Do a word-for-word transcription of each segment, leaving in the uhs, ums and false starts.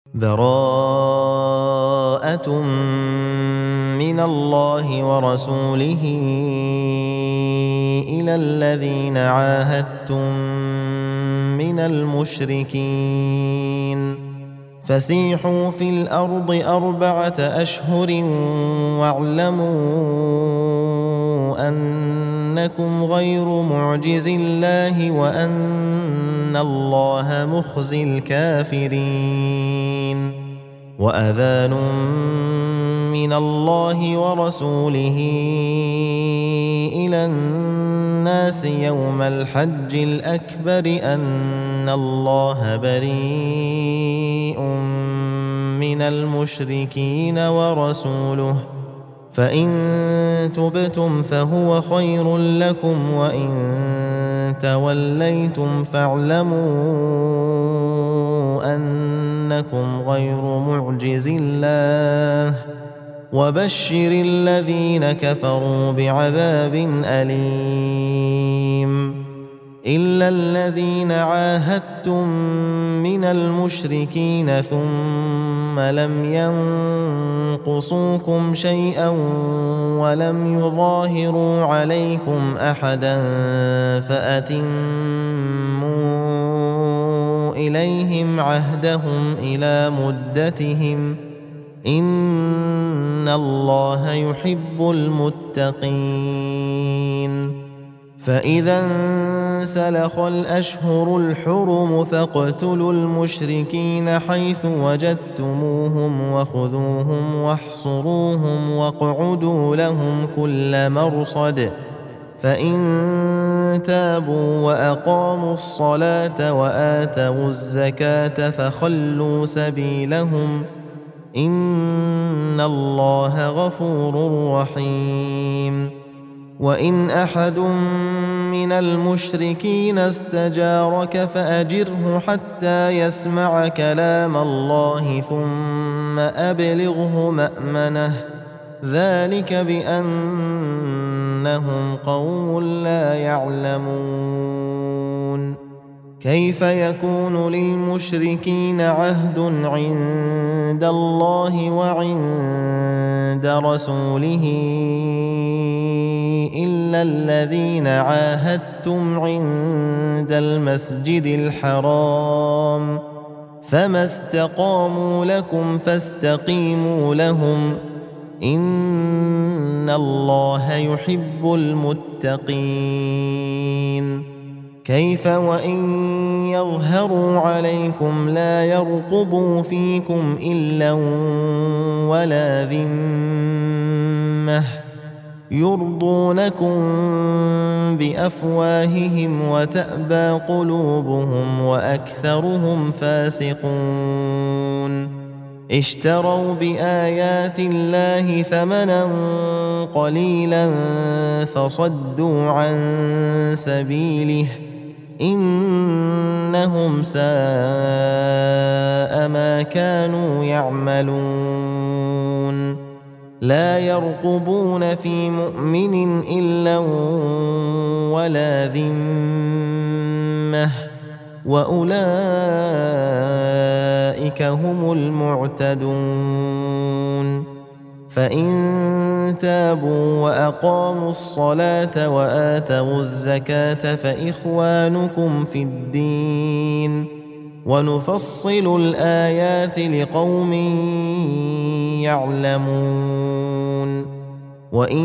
براءة من الله ورسوله إلى الذين عاهدتم من المشركين فسيحوا في الأرض أربعة أشهر واعلموا أنكم غير معجز الله وأن الله مخزي الكافرين وأذان من الله ورسوله إلى الناس يوم الحج الأكبر أن الله بريء من المشركين ورسوله فإن تبتم فهو خير لكم وإن توليتم فاعلموا أنكم غير معجز الله وبشر الذين كفروا بعذاب أليم إلا الذين عاهدتم من المشركين ثم لم ينقصوكم شيئا ولم يظاهروا عليكم أحدا فأتموا إليهم عهدهم إلى مدتهم إن الله يحب المتقين فإذا انسلخ الأشهر الحرم فاقتلوا المشركين حيث وجدتموهم وخذوهم واحصروهم واقعدوا لهم كل مرصد فإن تابوا وأقاموا الصلاة وآتوا الزكاة فخلوا سبيلهم إن الله غفور رحيم وإن أحد من المشركين استجارك فأجره حتى يسمع كلام الله ثم أبلغه مأمنه ذلك بأنهم قوم لا يعلمون كيف يكون للمشركين عهد عند الله وعند رسوله إلا الذين عاهدتم عند المسجد الحرام فما استقاموا لكم فاستقيموا لهم إن الله يحب المتقين كيف وإن يظهروا عليكم لا يرقبوا فيكم إلا ولا ذمة يرضونكم بأفواههم وتأبى قلوبهم وأكثرهم فاسقون اشتروا بآيات الله ثمنا قليلا فصدوا عن سبيله إنهم ساء ما كانوا يعملون لا يرقبون في مؤمن إلا ولا ذمة وأولئك هم المعتدون فإن تابوا وأقاموا الصلاة وآتوا الزكاة فإخوانكم في الدين ونفصل الآيات لقوم يعلمون وإن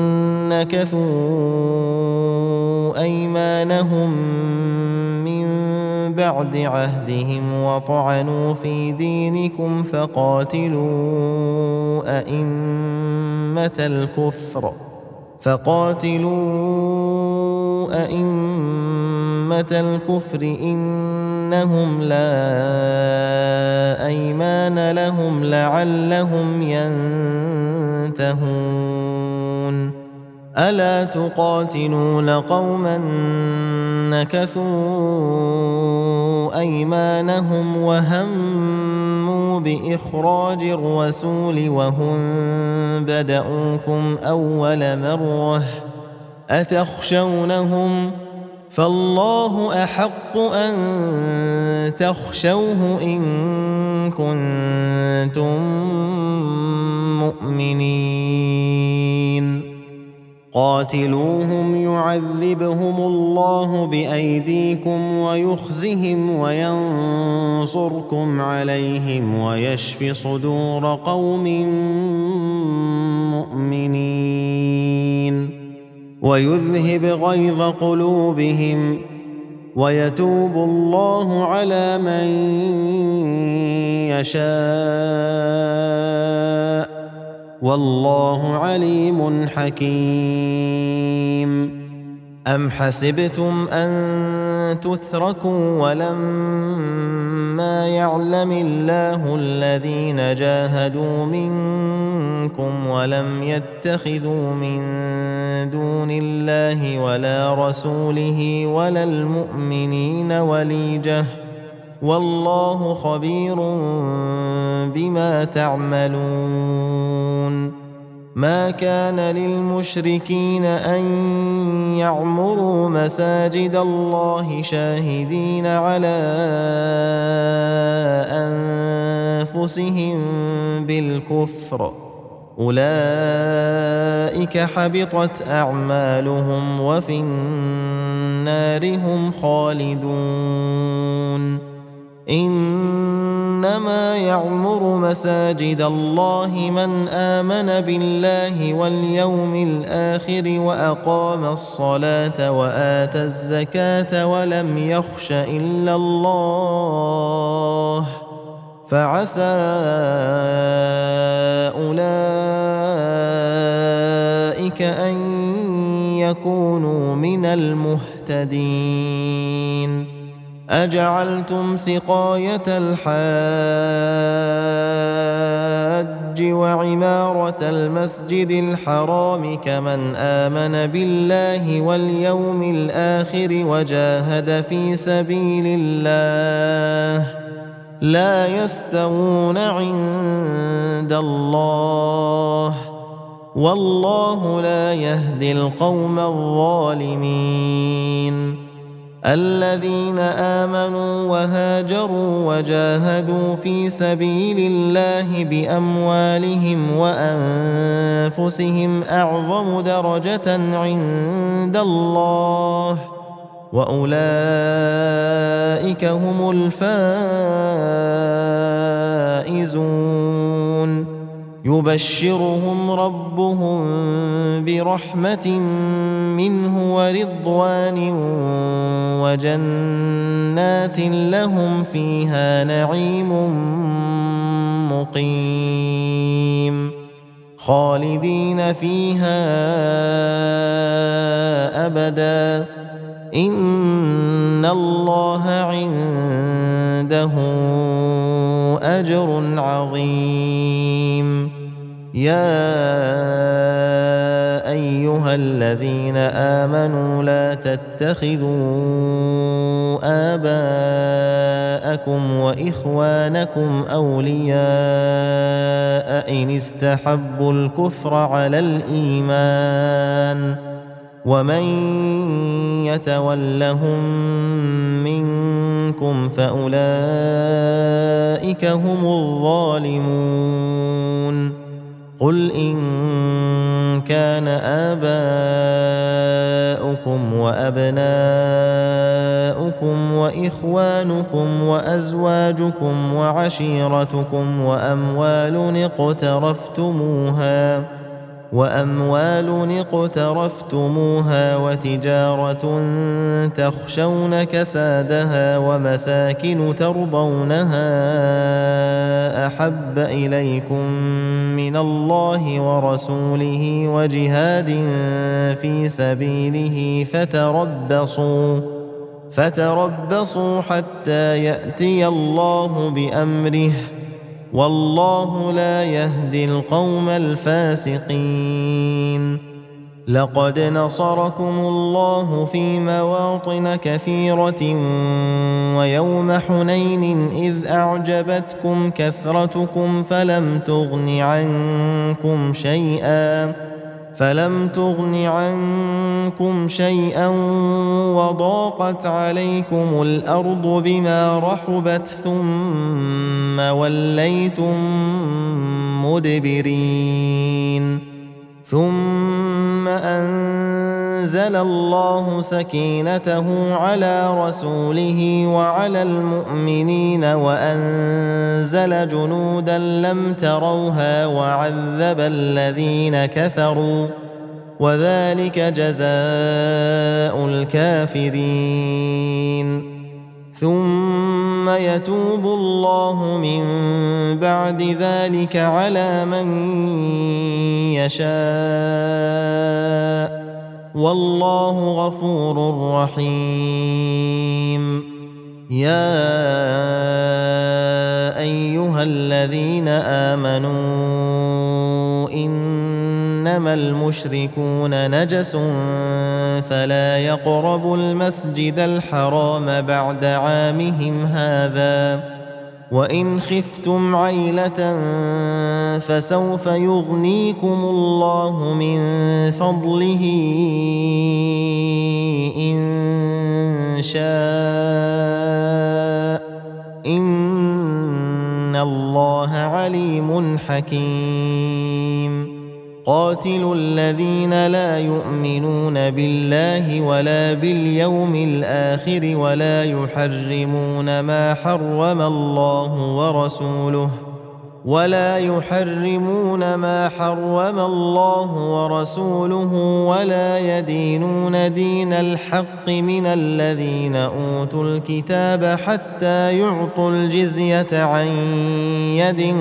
نكثوا أيمانهم من بعد عهدهم وطعنوا في دينكم فقاتلوا أئمة الكفر فقاتلوا أئمة الكفر إنهم لا أيمان لهم لعلهم ينتهون ألا تقاتلون قوما نكثوا أيمانهم وهموا بإخراج الرسول وهم بدؤوكم أول مرة أتخشونهم فالله أحق أن تخشوه إن كنتم مؤمنين قاتلوهم يعذبهم الله بأيديكم ويخزهم وينصركم عليهم ويشف صدور قوم مؤمنين ويذهب غيظ قلوبهم ويتوب الله على من يشاء والله عليم حكيم أم حسبتم أن تتركوا ولما يعلم الله الذين جاهدوا منكم ولم يتخذوا من دون الله ولا رسوله ولا المؤمنين وليجة والله خبير بما تعملون ما كان للمشركين أن يعمروا مساجد الله شاهدين على أنفسهم بالكفر أولئك حبطت أعمالهم وفي النار هم خالدون إنما يعمر مساجد الله من آمن بالله واليوم الآخر وأقام الصلاة وآتى الزكاة ولم يخش إلا الله فعسى أولئك أن يكونوا من المهتدين أجعلتم سقاية الحاج وعمارة المسجد الحرام كمن آمن بالله واليوم الآخر وجاهد في سبيل الله لا يستوون عند الله والله لا يهدي القوم الظالمين الذين آمنوا وهاجروا وجاهدوا في سبيل الله بأموالهم وأنفسهم أعظم درجة عند الله وأولئك هم الفائزون يبشرهم ربهم برحمة منه ورضوان وجنات لهم فيها نعيم مقيم خالدين فيها أبدا إن الله عنده أجر عظيم يا أيها الذين آمنوا لا تتخذوا آباءكم وإخوانكم أولياء إن استحبوا الكفر على الإيمان ومن يتولهم منكم فأولئك هم الظالمون قل إن كان آباؤكم وأبناؤكم وإخوانكم وأزواجكم وعشيرتكم وأموال اقترفتموها وأموال اقترفتموها وتجارة تخشون كسادها ومساكن ترضونها أحب إليكم من الله ورسوله وجهاد في سبيله فتربصوا فتربصوا حتى يأتي الله بأمره والله لا يهدي القوم الفاسقين لقد نصركم الله في مواطن كثيرة ويوم حنين إذ أعجبتكم كثرتكم فلم تغن عنكم شيئا فلم تغن عنكم شيئا وضاقت عليكم الأرض بما رحبت ثم وليتم مدبرين ثم أنزل الله سكينته على رسوله وعلى المؤمنين وأنزل جنودا لم تروها وعذب الذين كفروا وذلك جزاء الكافرين ثم يتوب الله من بعد ذلك على من يشاء والله غفور رحيم يا أيها الذين آمنوا إنما المشركون نجس فلا يقربوا المسجد الحرام بعد عامهم هذا وإن خفتم عيلة فسوف يغنيكم الله من فضله إن شاء إن الله عليم حكيم قاتلوا الذين لا يؤمنون بالله ولا باليوم الآخر ولا يحرمون ما حرم الله ورسوله ولا يحرمون ما حرم الله ورسوله ولا يدينون دين الحق من الذين أوتوا الكتاب حتى يعطوا الجزية عن يد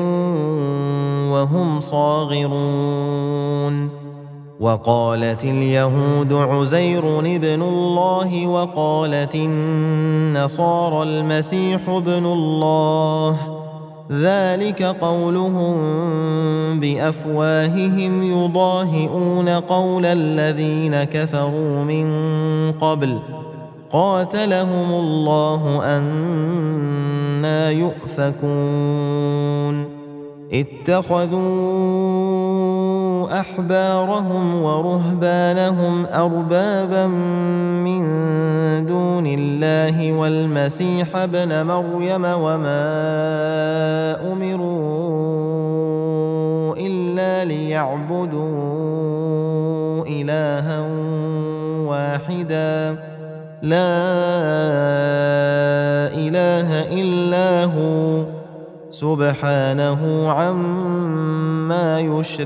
وهم صاغرون وقالت اليهود عزير ابن الله وقالت النصارى المسيح ابن الله ذلك قولهم بأفواههم يضاهئون قول الذين كفروا من قبل قاتلهم الله أنى يؤفكون اتخذوا أحبارهم ورهبانهم أربابا من دون الله والمسيح ابن مريم وما أمروا إلا ليعبدوا إلها واحدا لا إله إلا هو سبحانه عما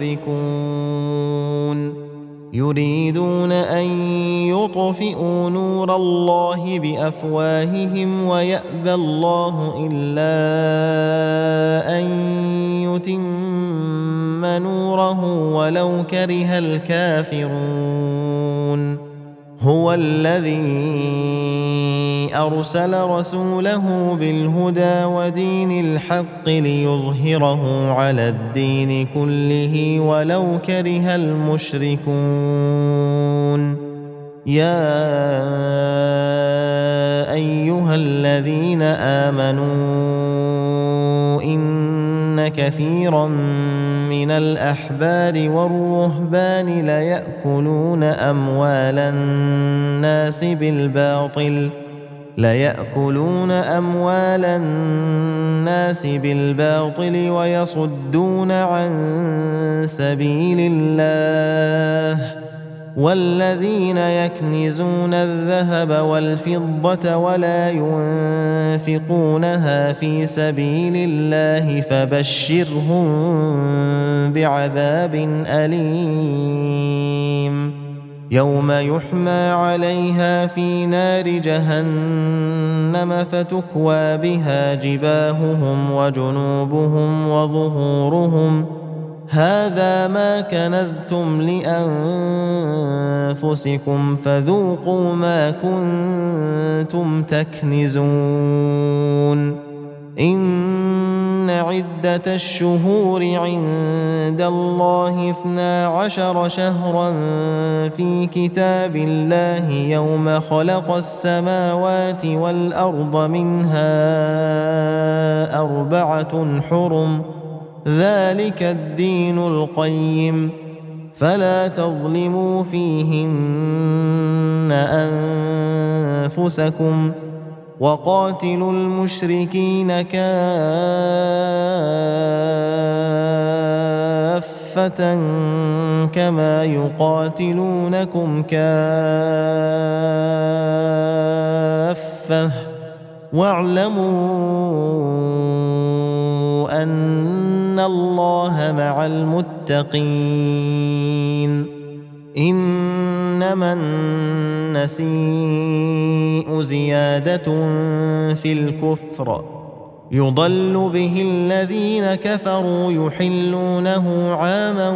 يشركون يريدون أن يطفئوا نور الله بأفواههم ويأبى الله إلا أن يتم نوره ولو كره الكافرون هو الذي أرسل رسوله بالهدى ودين الحق ليظهره على الدين كله ولو كره المشركون يا أيها الذين آمنوا إن كثيرا من الأحبار والرهبان ليأكلون أموال الناس بالباطل ليأكلون أموال الناس بالباطل ويصدون عن سبيل الله والذين يكنزون الذهب والفضة ولا ينفقونها في سبيل الله فبشرهم بعذاب أليم يوم يحمى عليها في نار جهنم فتكوى بها جباههم وجنوبهم وظهورهم هذا ما كنزتم لأنفسكم فذوقوا ما كنتم تكنزون إن عدة الشهور عند الله اثنا عشر شهرا في كتاب الله يوم خلق السماوات والأرض منها أربعة حرم ذلك الدين القيم فلا تظلموا فيهن أنفسكم وقاتلوا المشركين كافة كما يقاتلونكم كافة واعلموا أن الله مع المتقين. إنما النسيء زيادة في الكفر يضل به الذين كفروا يحلونه عاما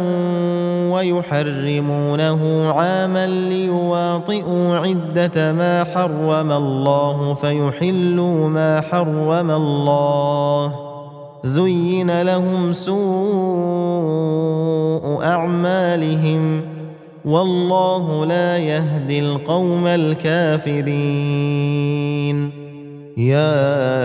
ويحرمونه عاما ليواطئوا عدة ما حرم الله فيحلوا ما حرم الله. زين لهم سوء أعمالهم والله لا يهدي القوم الكافرين. يا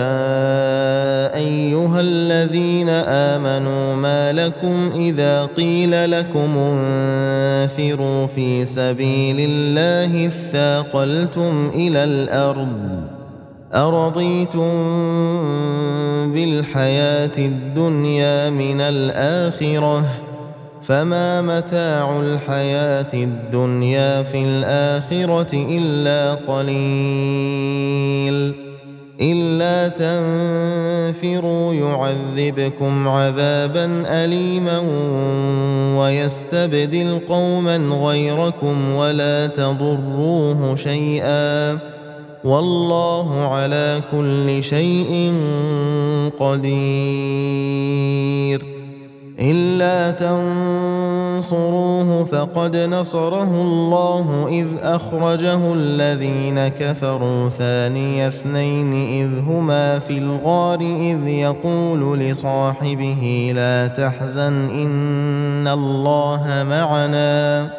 أيها الذين آمنوا ما لكم إذا قيل لكم انفروا في سبيل الله اثاقلتم إلى الأرض أرضيتم بالحياة الدنيا من الآخرة فما متاع الحياة الدنيا في الآخرة إلا قليل. إلا تنفروا يعذبكم عذابا أليما ويستبدل قوما غيركم ولا تضروه شيئا والله على كل شيء قدير. إلا تنصروه فقد نصره الله إذ أخرجه الذين كفروا ثاني اثنين إذ هما في الغار إذ يقول لصاحبه لا تحزن إن الله معنا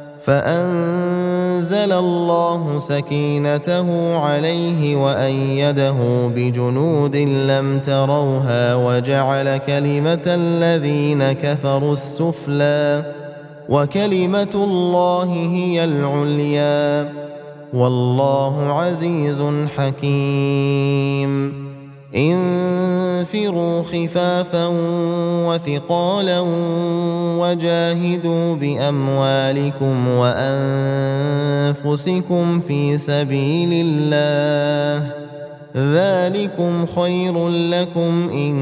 فأنزل الله سكينته عليه وأيده بجنود لم تروها وجعل كلمة الذين كفروا السفلى وكلمة الله هي العليا والله عزيز حكيم. انفروا خفافا وثقالا وجاهدوا بأموالكم وأنفسكم في سبيل الله ذلكم خير لكم إن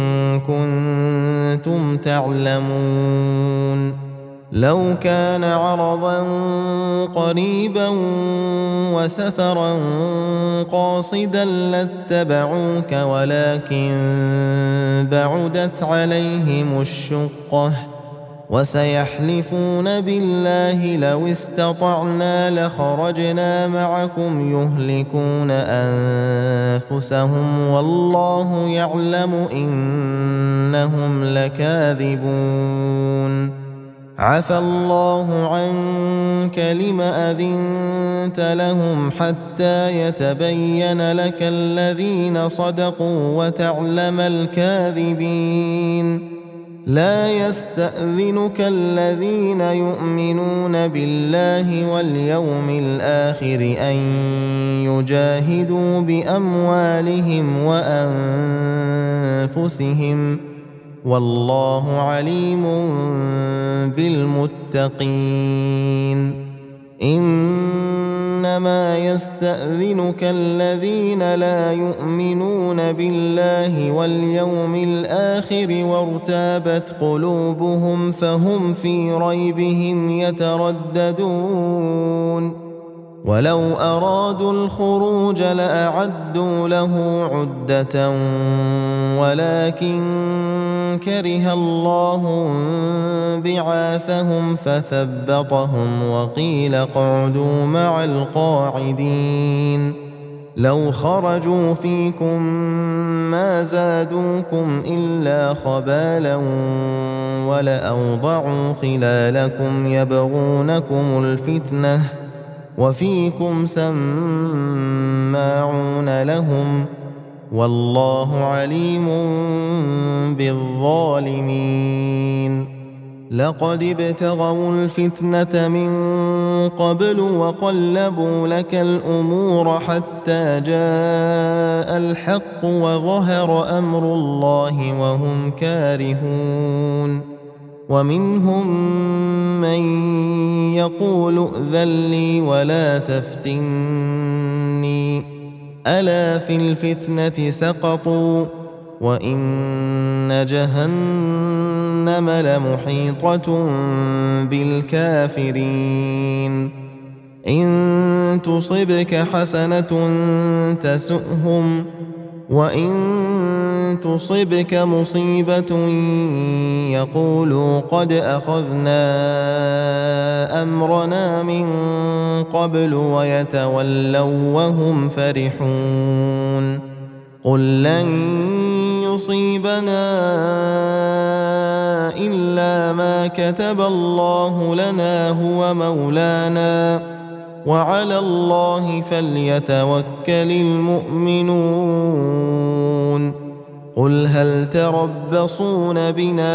كنتم تعلمون. لو كان عرضا قريبا وسفرا قاصدا لاتبعوك ولكن بعدت عليهم الشقة وسيحلفون بالله لو استطعنا لخرجنا معكم يهلكون أنفسهم والله يعلم إنهم لكاذبون. عفى الله عنك لم أذنت لهم حتى يتبين لك الذين صدقوا وتعلم الكاذبين. لا يستأذنك الذين يؤمنون بالله واليوم الآخر أن يجاهدوا بأموالهم وأنفسهم والله عليم بالمتقين. إنما يستأذنك الذين لا يؤمنون بالله واليوم الآخر وارتابت قلوبهم فهم في ريبهم يترددون. ولو أرادوا الخروج لأعدوا له عدة ولكن كره الله بعاثهم فثبطهم وقيل اقعدوا مع القاعدين. لو خرجوا فيكم ما زادوكم إلا خبالا ولأوضعوا خلالكم يبغونكم الفتنة وفيكم سماعون لهم والله عليم بالظالمين. لقد ابتغوا الفتنة من قبل وقلبوا لك الأمور حتى جاء الحق وظهر أمر الله وهم كارهون ومنهم من يقول ائذن لي ولا تفتني ألا في الفتنة سقطوا وإن جهنم لمحيطة بالكافرين إن تصبك حسنة تسؤهم وإن تصبك مصيبة يقولوا قد أخذنا أمرنا من قبل ويتولوا وهم فرحون قل لن يصيبنا إلا ما كتب الله لنا هو مولانا وعلى الله فليتوكل المؤمنون قل هل تربصون بنا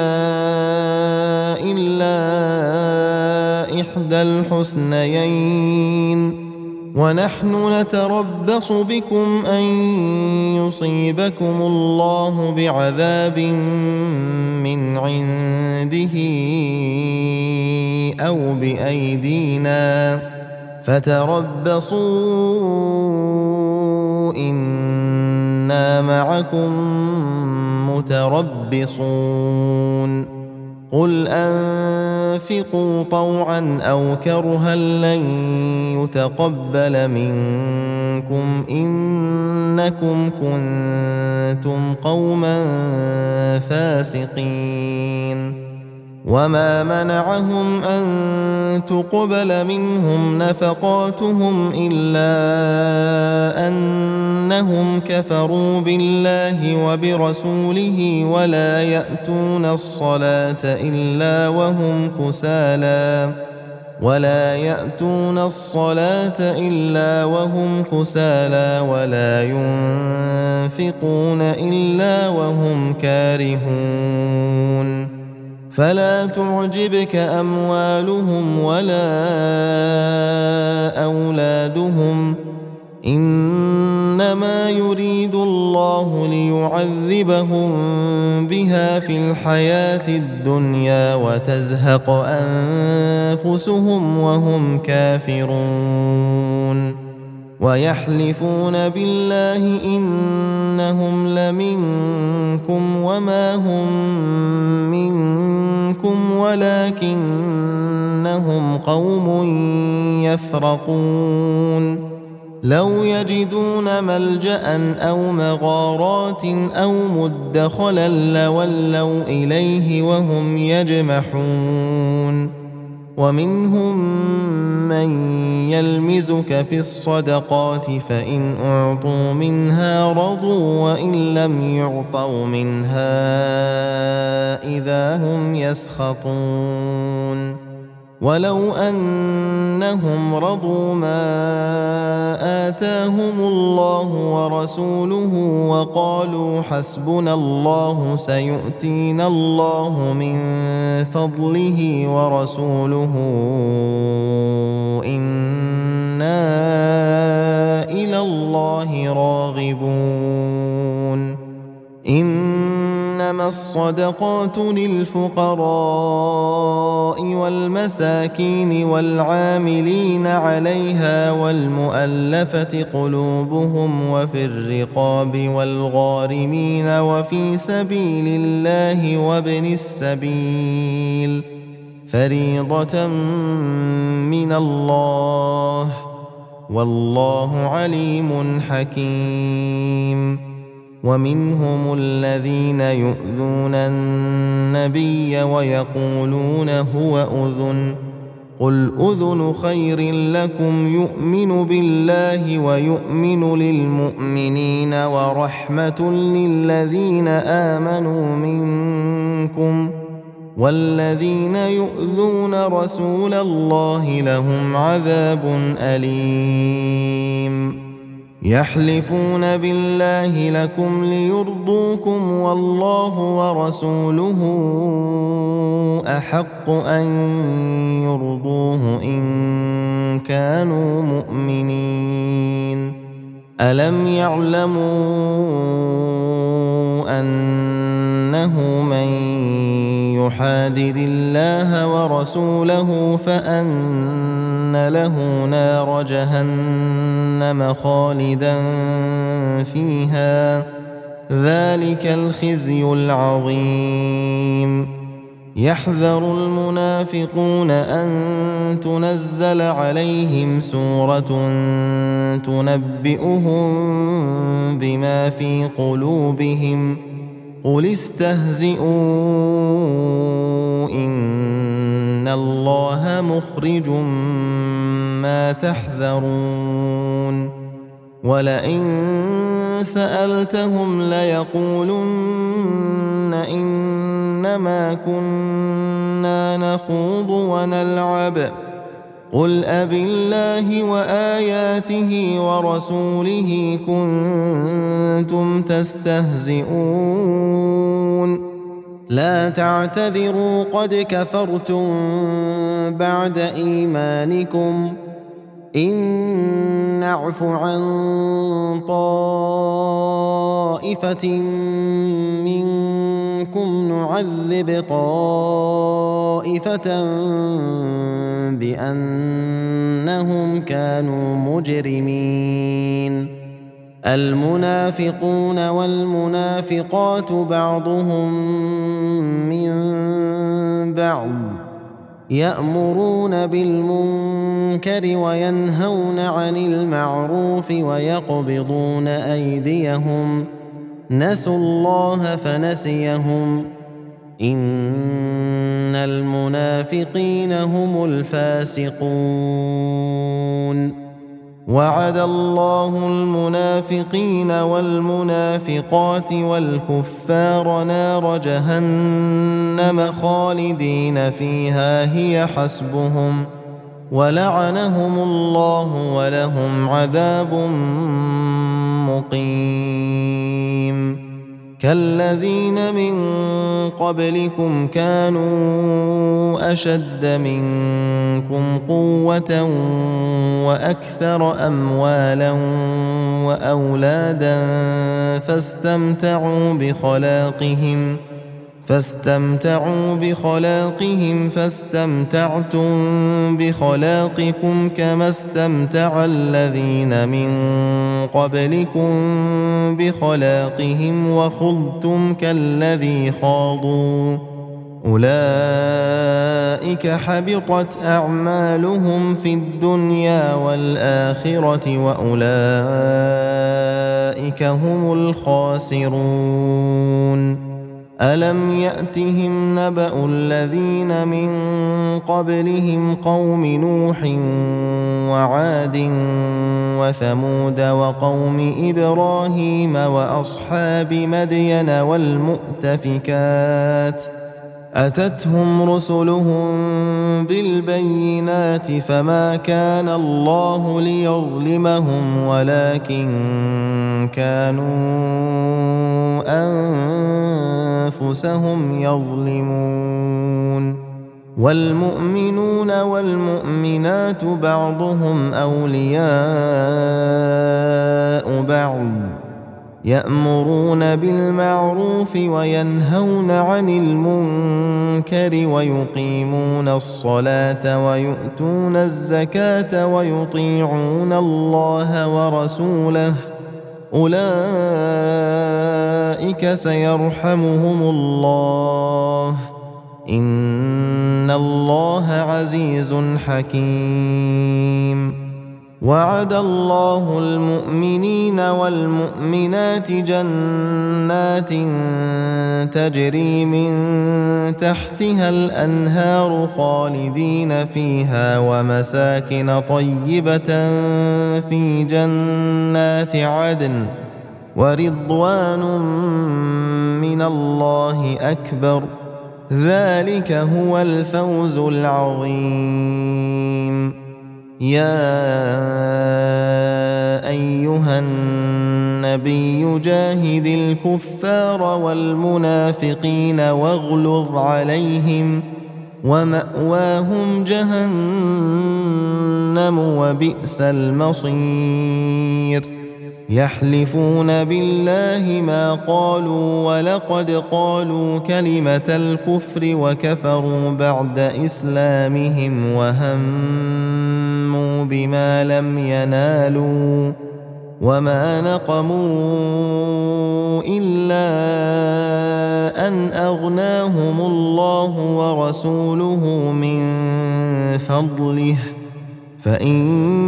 إلا إحدى الحسنيين ونحن نتربص بكم أن يصيبكم الله بعذاب من عنده أو بأيدينا فتربصوا إنا معكم متربصون قل أنفقوا طوعا أو كرها لن يتقبل منكم إنكم كنتم قوما فاسقين وما منعهم أن تقبل منهم نفقاتهم إلا أنهم كفروا بالله وبرسوله ولا يأتون الصلاة إلا وهم كسالى ولا يأتون الصلاة إلا وهم كسالى ولا ينفقون إلا وهم كارهون فلا تعجبك أموالهم ولا أولادهم إنما يريد الله ليعذبهم بها في الحياة الدنيا وتزهق أنفسهم وهم كافرون ويحلفون بالله إنهم لمنكم وما هم منكم ولكنهم قوم يفرقون لو يجدون ملجأ أو مغارات أو مدخلا لولوا إليه وهم يجمحون ومنهم من يلمزك في الصدقات فإن أعطوا منها رضوا وإن لم يعطوا منها إذا هم يسخطون ولو أنهم رضوا ما آتاهم الله ورسوله وقالوا حسبنا الله سيؤتينا الله من فضله ورسوله إنا إلى الله راغبون إنما الصدقات للفقراء والمساكين والعاملين عليها والمؤلفة قلوبهم وفي الرقاب والغارمين وفي سبيل الله وابن السبيل فريضة من الله والله عليم حكيم ومنهم الذين يؤذون النبي ويقولون هو أذن قل أذن خير لكم يؤمن بالله ويؤمن للمؤمنين ورحمة للذين آمنوا منكم والذين يؤذون رسول الله لهم عذاب أليم يحلفون بالله لكم ليرضوكم والله ورسوله أحق أن يرضوه إن كانوا مؤمنين. ألم يعلموا أنه من يحادد الله ورسوله فأن له نار جهنم خالدا فيها ذلك الخزي العظيم. يحذر المنافقون أن تنزل عليهم سورة تنبئهم بما في قلوبهم قل استهزئوا إن الله مخرج ما تحذرون. ولئن سألتهم ليقولن إنما كنا نخوض ونلعب قل أبالله وآياته ورسوله كنتم تستهزئون لا تعتذروا قد كفرتم بعد إيمانكم إن نعف عن طائفة منكم نعذب طائفة بأنهم كانوا مجرمين. المنافقون والمنافقات بعضهم من بعض يأمرون بالمنكر وينهون عن المعروف ويقبضون أيديهم نسوا الله فنسيهم إن المنافقين هم الفاسقون. وعد الله المنافقين والمنافقات والكفار نار جهنم خالدين فيها هي حسبهم ولعنهم الله ولهم عذاب مقيم. كالذين من قبلكم كانوا أشد منكم قوة وأكثر أموالا وأولادا فاستمتعوا بخلاقهم فاستمتعوا بخلاقهم فاستمتعتم بخلاقكم كما استمتع الذين من قبلكم بخلاقهم وخضتم كالذي خاضوا أولئك حبطت أعمالهم في الدنيا والآخرة وأولئك هم الخاسرون. ألم يأتهم نبأ الذين من قبلهم قوم نوح وعاد وثمود وقوم إبراهيم وأصحاب مدين والمؤتفكات أتتهم رسلهم بالبينات فما كان الله ليظلمهم ولكن كانوا أنفسهم يظلمون. والمؤمنون والمؤمنات بعضهم أولياء بعض يأمرون بالمعروف وينهون عن المنكر ويقيمون الصلاة ويؤتون الزكاة ويطيعون الله ورسوله أولئك سيرحمهم الله إن الله عزيز حكيم. وعد الله المؤمنين والمؤمنات جنات تجري من تحتها الأنهار خالدين فيها ومساكن طيبة في جنات عدن ورضوان من الله أكبر ذلك هو الفوز العظيم. يا أيها النبي جاهد الكفار والمنافقين واغلظ عليهم ومأواهم جهنم وبئس المصير يحلفون بالله ما قالوا ولقد قالوا كلمة الكفر وكفروا بعد إسلامهم وهموا بما لم ينالوا وما نقموا إلا أن أغناهم الله ورسوله من فضله فإن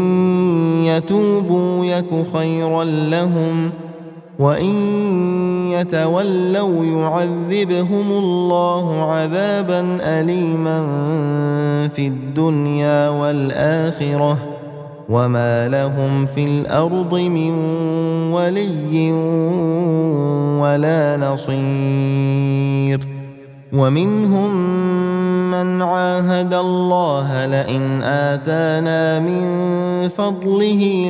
يتوبوا يك خيرا لهم وإن يتولوا يعذبهم الله عذابا أليما في الدنيا والآخرة وما لهم في الأرض من ولي ولا نصير ومنهم من عاهد الله لئن آتانا من فضله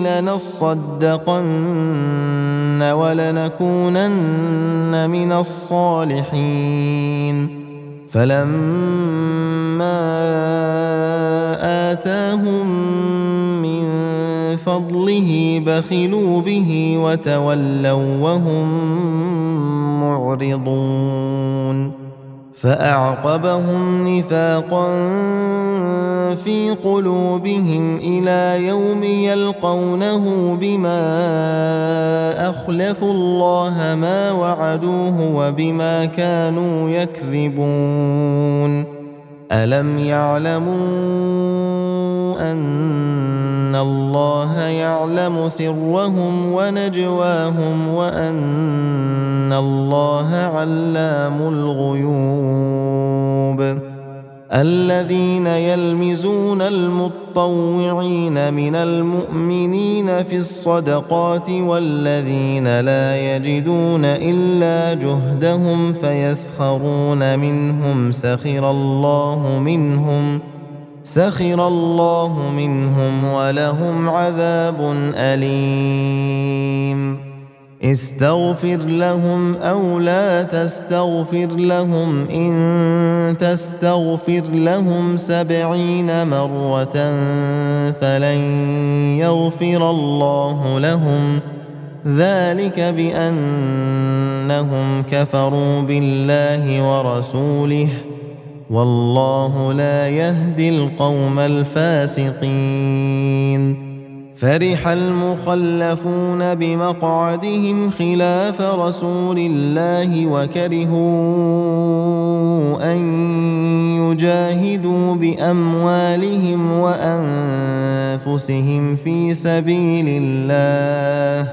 لنصدقن ولنكونن من الصالحين فلما آتاهم من فضله بخلوا به وتولوا وهم معرضون فأعقبهم نفاقا في قلوبهم إلى يوم يلقونه بما أخلفوا الله ما وعدوه وبما كانوا يكذبون ألم يعلموا أن الله يعلم سرهم ونجواهم وأن الله علام الغيوب الذين يلمزون المطوعين من المؤمنين في الصدقات والذين لا يجدون إلا جهدهم فيسخرون منهم سخر الله منهم سخر الله منهم ولهم عذاب أليم استغفر لهم أو لا تستغفر لهم إن تستغفر لهم سبعين مرة فلن يغفر الله لهم ذلك بأنهم كفروا بالله ورسوله والله لا يهدي القوم الفاسقين فرح المخلفون بمقعدهم خلاف رسول الله وكرهوا أن يجاهدوا بأموالهم وأنفسهم في سبيل الله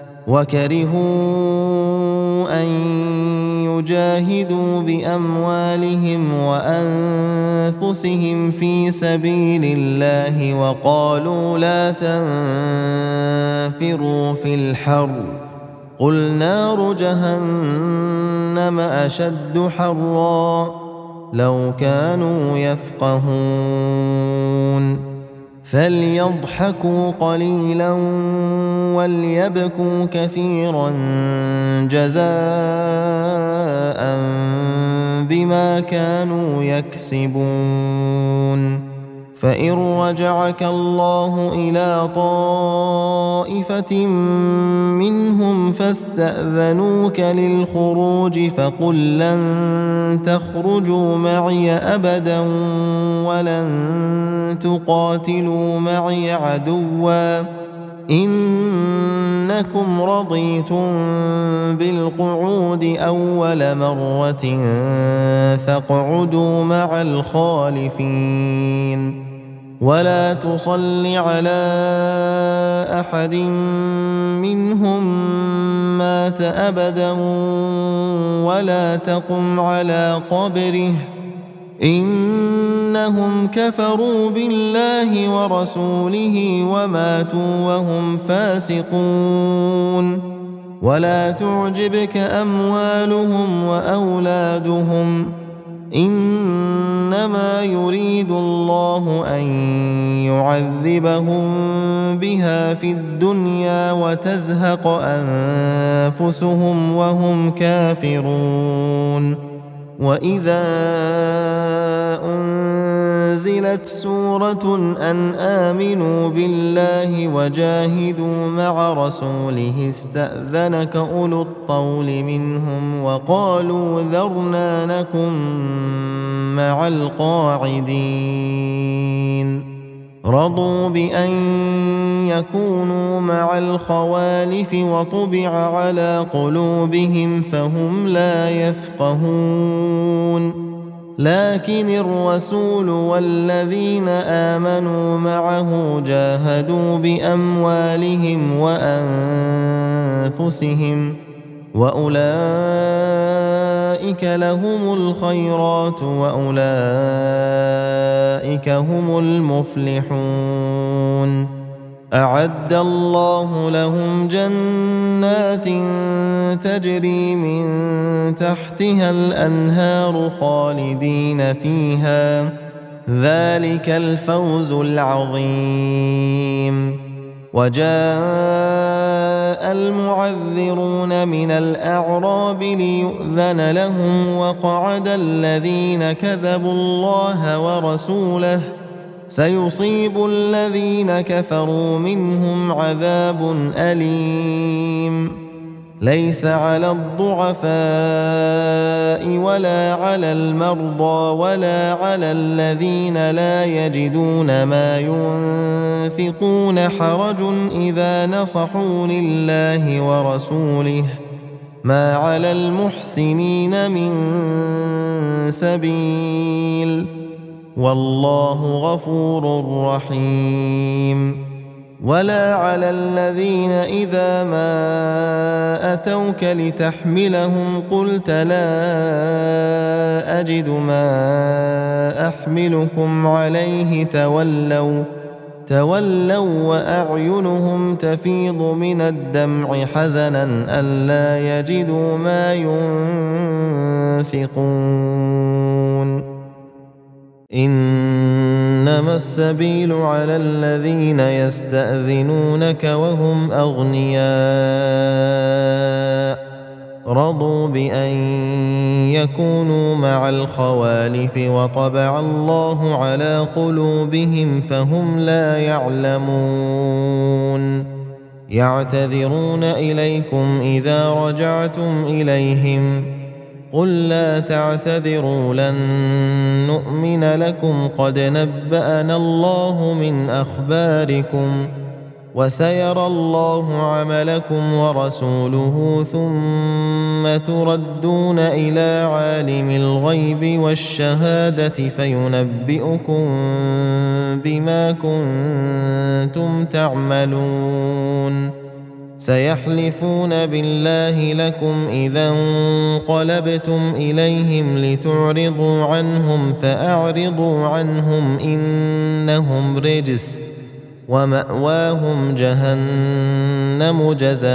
وكرهوا أن يجاهدوا بأموالهم وأنفسهم في سبيل الله وقالوا لا تنفروا في الحر قل نار جهنم أشد حرا لو كانوا يفقهون فليضحكوا قليلا وليبكوا كثيرا جزاء بما كانوا يكسبون فإن رجعك الله إلى طائفة منهم فاستأذنوك للخروج فقل لن تخرجوا معي أبدا ولن تقاتلوا معي عدوا إنكم رضيتم بالقعود أول مرة فاقعدوا مع الخالفين ولا تصل على أحد منهم مات أبدا ولا تقم على قبره إنهم كفروا بالله ورسوله وماتوا وهم فاسقون ولا تعجبك أموالهم وأولادهم إنما يريد الله أن يعذبهم بها في الدنيا وتزهق أنفسهم وهم كافرون. وإذا أنزلت سورة أن آمنوا بالله وجاهدوا مع رسوله استأذنك أولو الطول منهم وقالوا ذرنا نكن مع القاعدين. رضوا بأن يكونوا مع الخوالف وطبع على قلوبهم فهم لا يفقهون. لكن الرسول والذين آمنوا معه جاهدوا بأموالهم وأنفسهم وأولئك لهم الخيرات وأولئك هم المفلحون. أعد الله لهم جنات تجري من تحتها الأنهار خالدين فيها ذلك الفوز العظيم. وجاء المعذرون من الأعراب ليؤذن لهم وقعد الذين كذبوا الله ورسوله سيصيب الذين كفروا منهم عذاب أليم. ليس على الضعفاء ولا على المرضى ولا على الذين لا يجدون ما ينفقون حرج إذا نصحوا لله ورسوله ما على المحسنين من سبيل والله غفور رحيم. ولا على الذين إذا ما أتوك لتحملهم قلت لا أجد ما أحملكم عليه تولوا تولوا وأعينهم تفيض من الدمع حزنا ألا يجدوا ما ينفقون. إنما السبيل على الذين يستأذنونك وهم أغنياء رضوا بأن يكونوا مع الخوالف وطبع الله على قلوبهم فهم لا يعلمون. يعتذرون إليكم إذا رجعتم إليهم قل لا تعتذروا لن نؤمن لكم قد نبأنا الله من أخباركم وسيرى الله عملكم ورسوله ثم تردون إلى عالم الغيب والشهادة فينبئكم بما كنتم تعملون. سيحلفون بالله لكم إذا انقلبتم إليهم لتعرضوا عنهم فأعرضوا عنهم إنهم رجس ومأواهم جهنم جزاء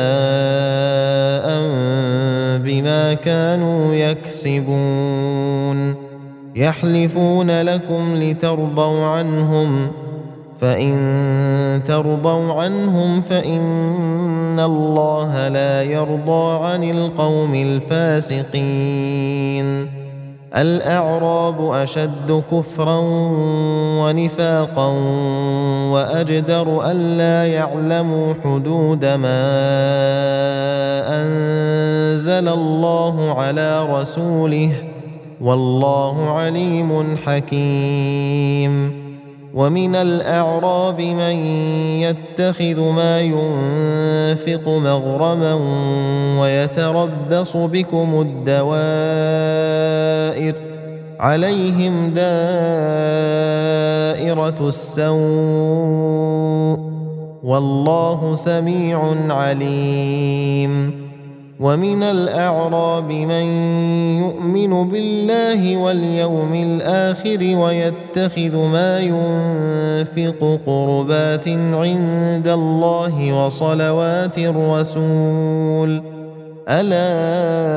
بما كانوا يكسبون. يحلفون لكم لترضوا عنهم فإن ترضوا عنهم فإن الله لا يرضى عن القوم الفاسقين. الأعراب أشد كفرا ونفاقا وأجدر ألا يعلموا حدود ما أنزل الله على رسوله والله عليم حكيم. ومن الأعراب من يتخذ ما ينفق مغرما ويتربص بكم الدوائر عليهم دائرة السوء والله سميع عليم. ومن الأعراب من يؤمن بالله واليوم الآخر ويتخذ ما ينفق قربات عند الله وصلوات الرسول ألا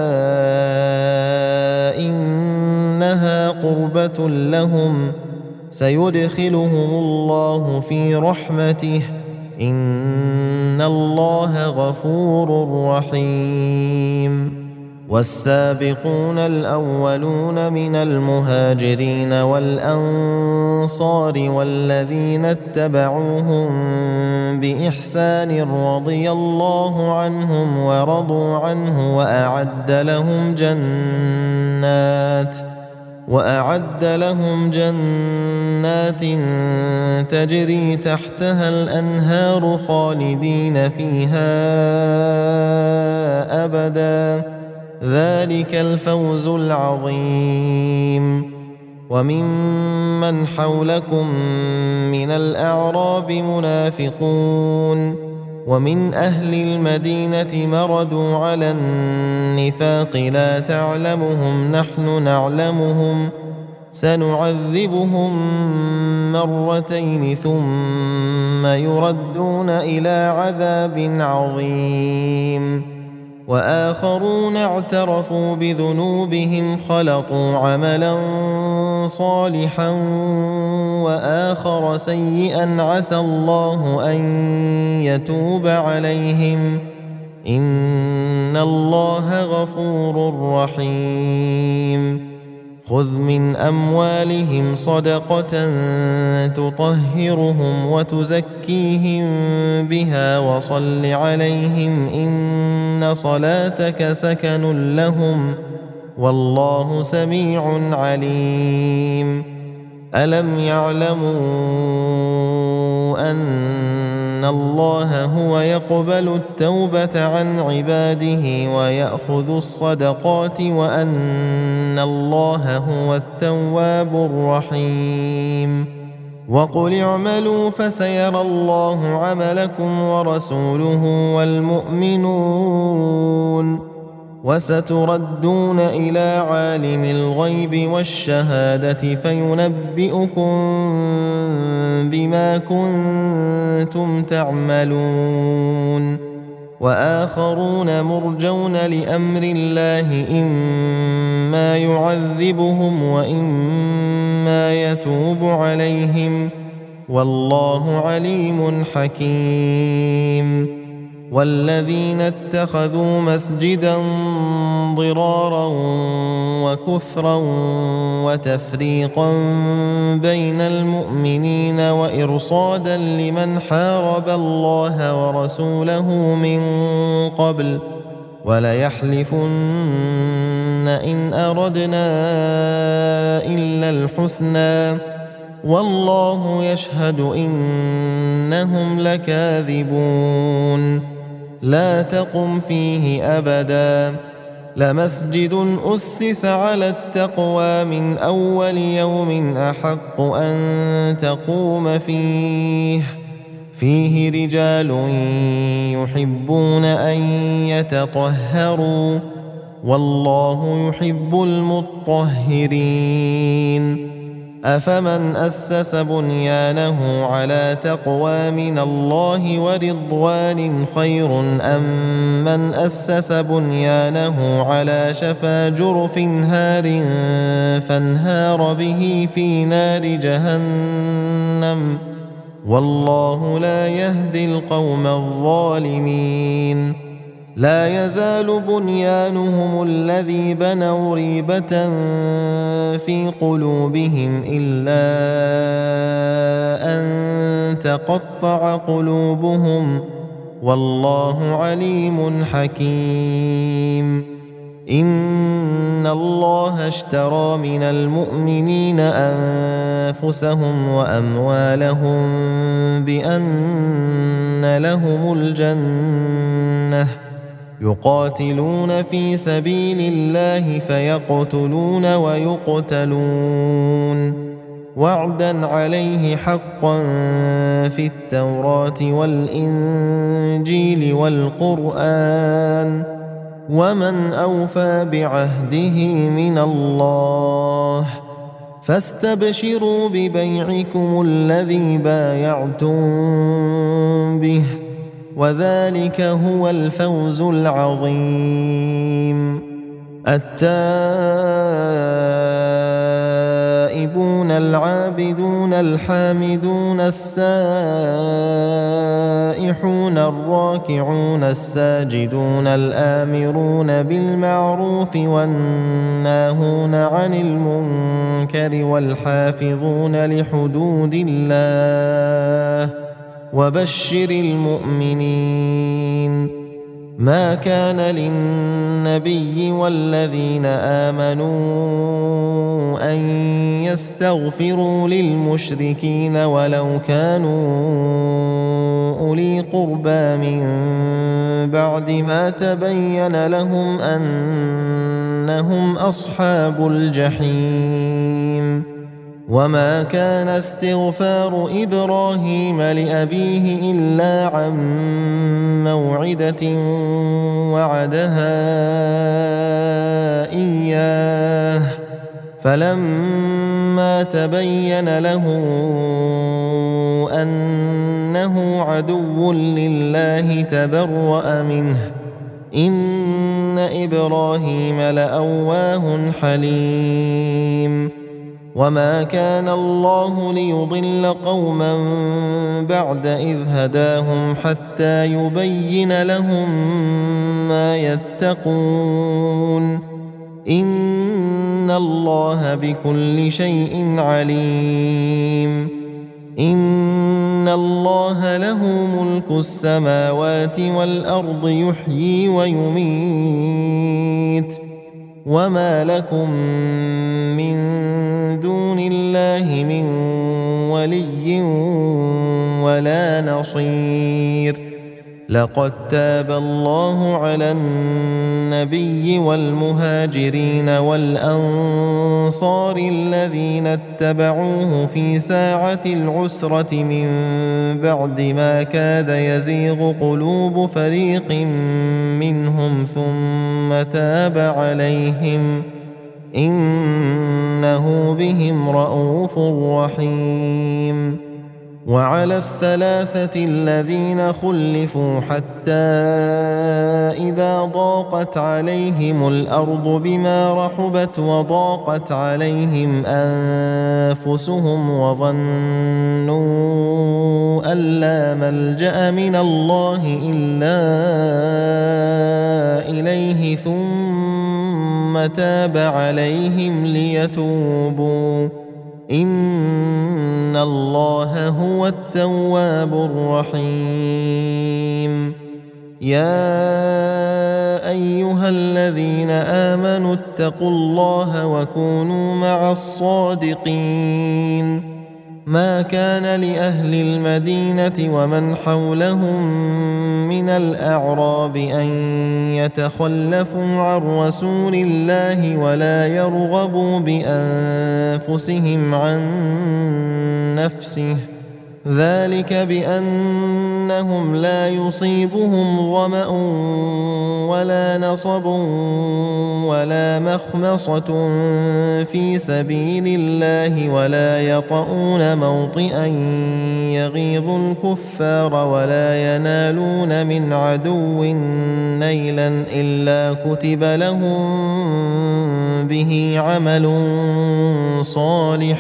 إنها قربة لهم سيدخلهم الله في رحمته إن الله غفور رحيم. والسابقون الأولون من المهاجرين والأنصار والذين اتبعوهم بإحسان رضي الله عنهم ورضوا عنه وأعد لهم جنات وأعد لهم جنات تجري تحتها الأنهار خالدين فيها أبدا ذلك الفوز العظيم. وممن حولكم من الأعراب منافقون ومن أهل المدينة مردوا على النفاق لا تعلمهم نحن نعلمهم سنعذبهم مرتين ثم يردون إلى عذاب عظيم. وآخرون اعترفوا بذنوبهم خلطوا عملا صالحا وآخر سيئا عسى الله أن يتوب عليهم إن الله غفور رحيم. خذ من أموالهم صدقة تطهرهم وتزكيهم بها وصل عليهم إن صلاتك سكن لهم والله سميع عليم. ألم يعلموا أن الله هو يقبل التوبة عن عباده ويأخذ الصدقات وأن الله هو التواب الرحيم. وقل اعملوا فسيرى الله عملكم ورسوله والمؤمنون وستردون إلى عالم الغيب والشهادة فينبئكم بما كنتم تعملون. وآخرون مرجون لأمر الله إما يعذبهم وإما يتوب عليهم والله عليم حكيم. والذين اتخذوا مسجدا ضرارا وكفرا وتفريقا بين المؤمنين وإرصادا لمن حارب الله ورسوله من قبل وليحلفن إن أردنا إلا الحسنى والله يشهد إنهم لكاذبون. لا تقم فيه أبدا لمسجد أسس على التقوى من أول يوم أحق أن تقوم فيه فيه رجال يحبون أن يتطهروا والله يحب المطهرين. أفمن أسس بنيانه على تقوى من الله ورضوان خير أم من أسس بنيانه على شفا جرف هار فانهار به في نار جهنم والله لا يهدي القوم الظالمين. لا يزال بنيانهم الذي بنوا ريبة في قلوبهم إلا أن تقطع قلوبهم والله عليم حكيم. إن الله اشترى من المؤمنين أنفسهم وأموالهم بأن لهم الجنة يقاتلون في سبيل الله فيقتلون ويقتلون وعدا عليه حقا في التوراة والإنجيل والقرآن ومن أوفى بعهده من الله فاستبشروا ببيعكم الذي بايعتم به وذلك هو الفوز العظيم. التائبون العابدون الحامدون السائحون الراكعون الساجدون الآمرون بالمعروف والناهون عن المنكر والحافظون لحدود الله وبشر المؤمنين. ما كان للنبي والذين آمنوا أن يستغفروا للمشركين ولو كانوا أولي قربى من بعد ما تبين لهم أنهم أصحاب الجحيم. وما كان استغفار إبراهيم لأبيه إلا عن موعدة وعدها إياه فلما تبين له أنه عدو لله تبرأ منه إن إبراهيم لأواه حليم. وما كان الله ليضل قوما بعد إذ هداهم حتى يبين لهم ما يتقون إن الله بكل شيء عليم. إن الله له ملك السماوات والأرض يحيي ويميت وما لكم من دون الله من ولي ولا نصير. لقد تاب الله على النبي والمهاجرين والأنصار الذين اتبعوه في ساعة العسرة من بعد ما كاد يزيغ قلوب فريق منهم ثم تاب عليهم إنه بهم رءوف رحيم. وعلى الثلاثة الذين خلفوا حتى إذا ضاقت عليهم الأرض بما رحبت وضاقت عليهم أنفسهم وظنوا أن لا ملجأ من الله إلا إليه ثم تاب عليهم ليتوبوا إن الله هو التواب الرحيم. يا أيها الذين آمنوا اتقوا الله وكونوا مع الصادقين. ما كان لأهل المدينة ومن حولهم من الأعراب أن يتخلفوا عن رسول الله ولا يرغبوا بأنفسهم عن نفسه ذلك بأنهم لا يصيبهم ظمأ ولا نصب ولا مخمصة في سبيل الله ولا يطؤون موطئا يغيظ الكفار ولا ينالون من عدو نيلا إلا كتب لهم به عمل صالح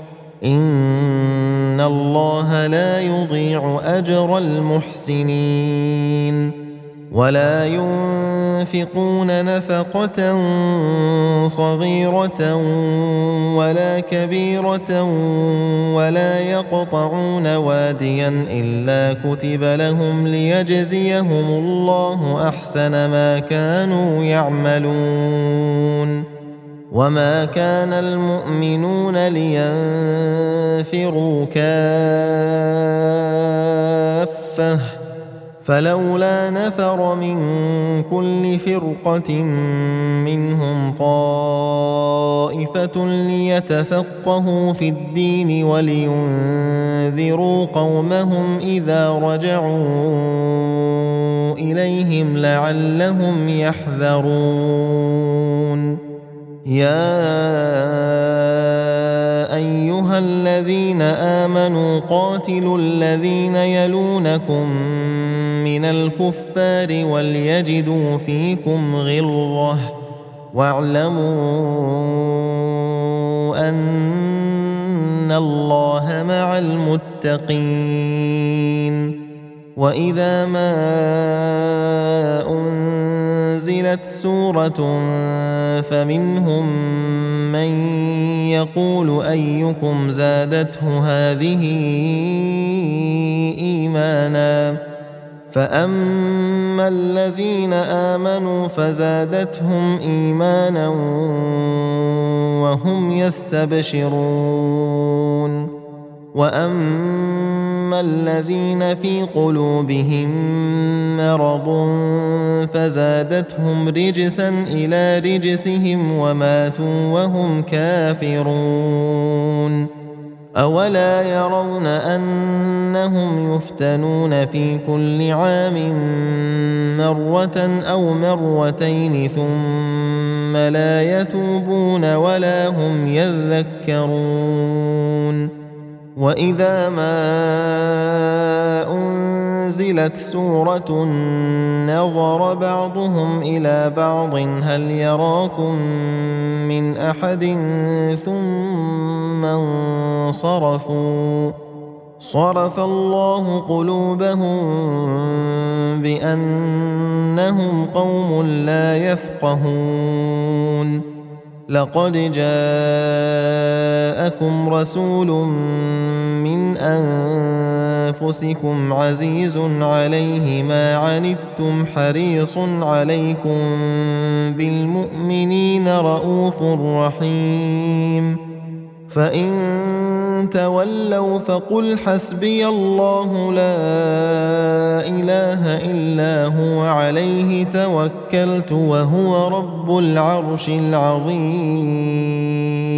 إن الله لا يضيع أجر المحسنين. ولا ينفقون نفقة صغيرة ولا كبيرة ولا يقطعون واديا إلا كتب لهم ليجزيهم الله أحسن ما كانوا يعملون. وما كان المؤمنون لينفروا كافة فلولا نفر من كل فرقة منهم طائفة ليتفقهوا في الدين ولينذروا قومهم إذا رجعوا إليهم لعلهم يحذرون. يا أيها الذين آمنوا قاتلوا الذين يلونكم من الكفار وليجدوا فيكم غلظة واعلموا أن إن الله مع المتقين. وإذا ما أنزلت سورة فمنهم من يقول أيكم زادته هذه إيمانا فأما الذين آمنوا فزادتهم إيمانا وهم يستبشرون وأما الذين في قلوبهم مرض فزادتهم رجسا إلى رجسهم وماتوا وهم كافرون. أولا يرون أنهم يفتنون في كل عام مرة أو مرتين ثم لا يتوبون ولا هم يذكرون. وإذا ما أنزلت سورة نظر بعضهم إلى بعض هل يراكم من أحد ثم انصرفوا صرف الله قلوبهم بأنهم قوم لا يفقهون. لقد جاءكم رسول من أنفسكم عزيز عليه ما عنتم حريص عليكم بالمؤمنين رؤوف رحيم. فإن تولوا فقل حسبي الله لا إله إلا هو عليه توكلت وهو رب العرش العظيم.